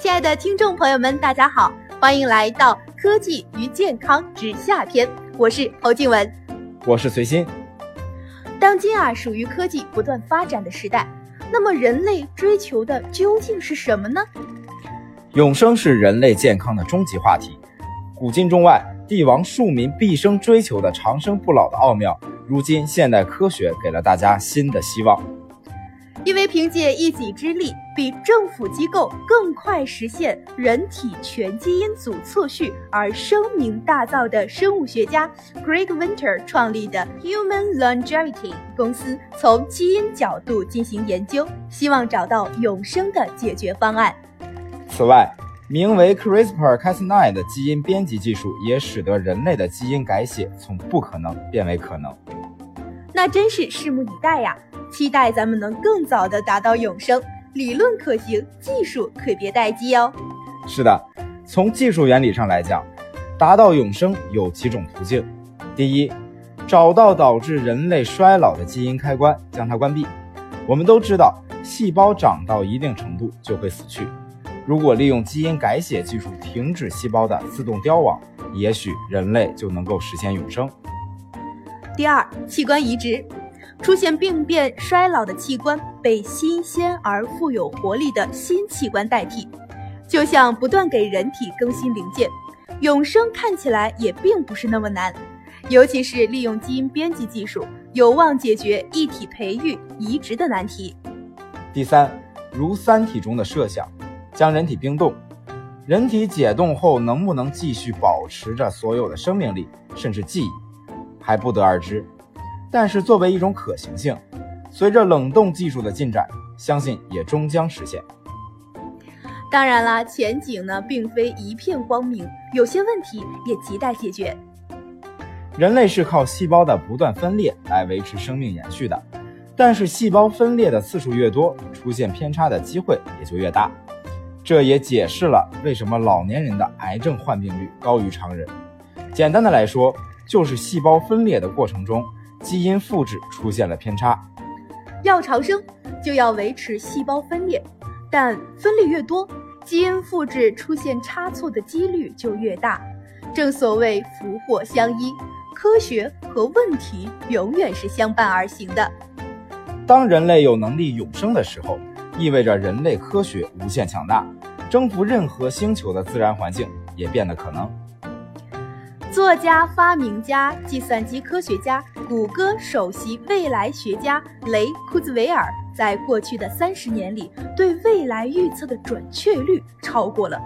亲爱的听众朋友们，大家好，欢迎来到科技与健康之下篇，我是侯静文， 我是随心。 当今属于科技不断发展的时代，那么人类追求的究竟是什么呢？ 永生是人类健康的终极话题，古今中外，帝王庶民毕生追求的长生不老的奥妙，如今现代科学给了大家新的希望。 因为凭借一己之力，比政府机构更快实现人体全基因组测序而声名大噪的生物学家 Greg Winter 创立的 Human Longevity 公司，从基因角度进行研究，希望找到永生的解决方案。 此外，名为 CRISPR-Cas9 的基因编辑技术也使得人类的基因改写从不可能变为可能。 那真是拭目以待呀！期待咱们能更早地达到永生，理论可行，技术可别待机哦。 是的，从技术原理上来讲，达到永生有几种途径。第一，找到导致人类衰老的基因开关，将它关闭。我们都知道，细胞长到一定程度就会死去。如果利用基因改写技术停止细胞的自动凋亡，也许人类就能够实现永生。 第二，器官移植。出现病变衰老的器官被新鲜而富有活力的新器官代替，就像不断给人体更新零件，永生看起来也并不是那么难，尤其是利用基因编辑技术，有望解决异体培育移植的难题。 第三，如《三体》中的设想，将人体冰冻，人体解冻后能不能继续保持着所有的生命力甚至记忆，还不得而知。但是作为一种可行性，随着冷冻技术的进展，相信也终将实现。 当然啦，前景呢并非一片光明，有些问题也亟待解决。 人类是靠细胞的不断分裂来维持生命延续的，但是细胞分裂的次数越多，出现偏差的机会也就越大。这也解释了为什么老年人的癌症患病率高于常人。简单的来说，就是细胞分裂的过程中，基因复制出现了偏差。 要长生，就要维持细胞分裂，但分裂越多，基因复制出现差错的几率就越大。正所谓福祸相依，科学和问题永远是相伴而行的。 当人类有能力永生的时候，意味着人类科学无限强大，征服任何星球的自然环境也变得可能。 作家、发明家、计算机科学家、谷歌首席未来学家雷·库兹韦尔在过去的30年里，对未来预测的准确率超过了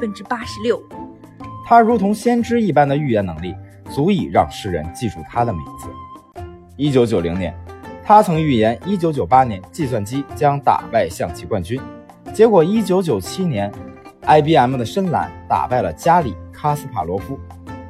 86%。 他如同先知一般的预言能力，足以让世人记住他的名字。1990年，他曾预言1998年计算机将打败象棋冠军，结果1997年 IBM 的深蓝打败了加里·卡斯帕罗夫。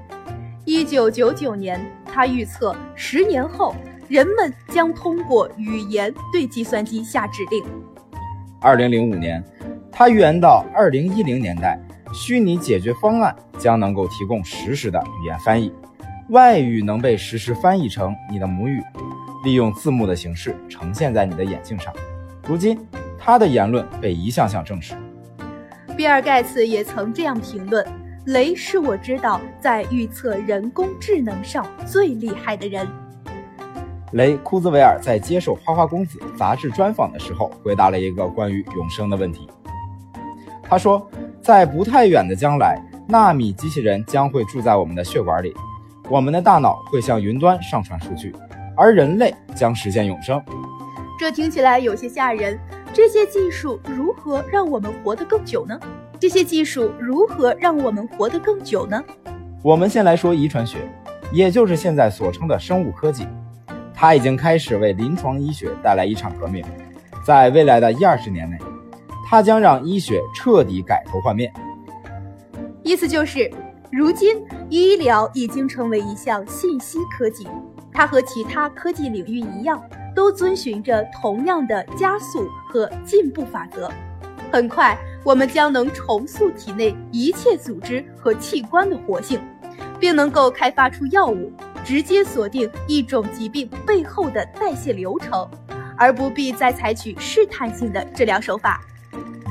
1999年，他预测10年后，人们将通过语言对计算机下指令。 2005年，他预言到2010年代，虚拟解决方案将能够提供实时的语言翻译，外语能被实时翻译成你的母语，利用字幕的形式呈现在你的眼镜上。如今，他的言论被一项项证实。 比尔·盖茨也曾这样评论：雷是我知道在预测人工智能上最厉害的人。 雷·库兹韦尔在接受《花花公子》杂志专访的时候，回答了一个关于永生的问题。他说，在不太远的将来，纳米机器人将会住在我们的血管里，我们的大脑会向云端上传数据，而人类将实现永生。 这听起来有些吓人，这些技术如何让我们活得更久呢？我们先来说遗传学，也就是现在所称的生物科技。它已经开始为临床医学带来一场革命。在未来的1-20年内，它将让医学彻底改头换面。 意思就是，如今医疗已经成为一项信息科技，它和其他科技领域一样，都遵循着同样的加速和进步法则。很快，我们将能重塑体内一切组织和器官的活性，并能够开发出药物，直接锁定一种疾病背后的代谢流程，而不必再采取试探性的治疗手法。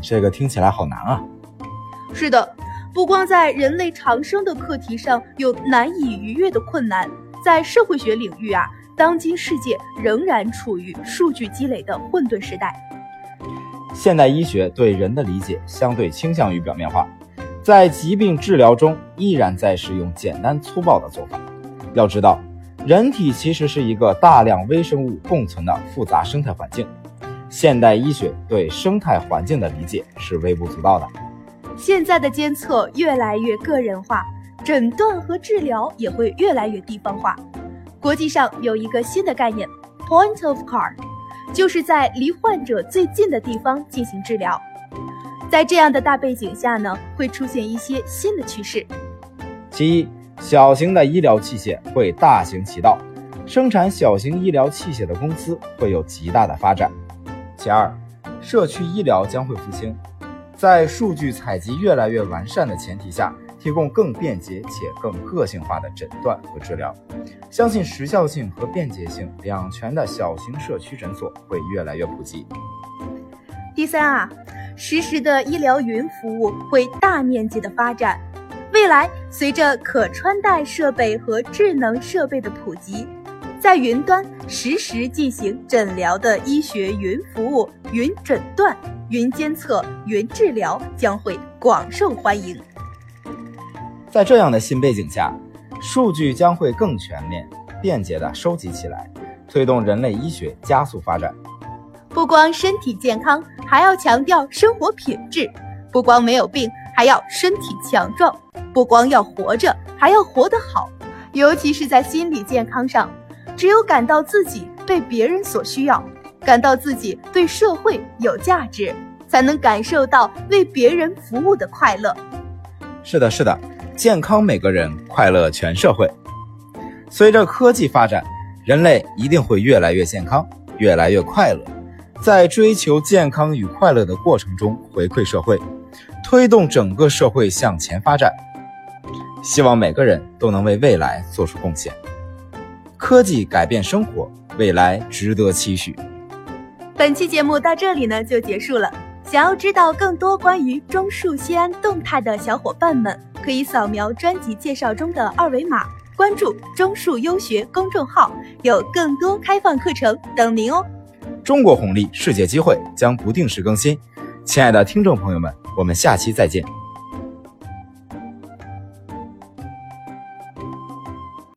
这个听起来好难啊。 是的，不光在人类长生的课题上有难以逾越的困难，在社会学领域啊，当今世界仍然处于数据积累的混沌时代。 现代医学对人的理解相对倾向于表面化，在疾病治疗中依然在使用简单粗暴的做法。要知道，人体其实是一个大量微生物共存的复杂生态环境，现代医学对生态环境的理解是微不足道的。 现在的监测越来越个人化，诊断和治疗也会越来越地方化。国际上有一个新的概念 Point of Care， 就是在离患者最近的地方进行治疗。在这样的大背景下呢，会出现一些新的趋势。 其一，小型的医疗器械会大行其道，生产小型医疗器械的公司会有极大的发展。其二，社区医疗将会复兴，在数据采集越来越完善的前提下，提供更便捷且更个性化的诊断和治疗。相信时效性和便捷性两全的小型社区诊所会越来越普及。 第三啊，实时的医疗云服务会大面积的发展。未来随着可穿戴设备和智能设备的普及，在云端实时进行诊疗的医学云服务、云诊断、云监测、云治疗将会广受欢迎。 在这样的新背景下，数据将会更全面、便捷地收集起来，推动人类医学加速发展。 不光身体健康，还要强调生活品质；不光没有病，还要身体强壮；不光要活着，还要活得好。尤其是在心理健康上，只有感到自己被别人所需要，感到自己对社会有价值，才能感受到为别人服务的快乐。 是的，是的，健康每个人，快乐全社会。随着科技发展，人类一定会越来越健康，越来越快乐。在追求健康与快乐的过程中回馈社会，推动整个社会向前发展。希望每个人都能为未来做出贡献。科技改变生活，未来值得期许。 本期节目到这里呢就结束了。想要知道更多关于中树西安动态的小伙伴们，可以扫描专辑介绍中的二维码，关注中树优学公众号，有更多开放课程等您哦。 中国红利世界机会将不定时更新，亲爱的听众朋友们，我们下期再见。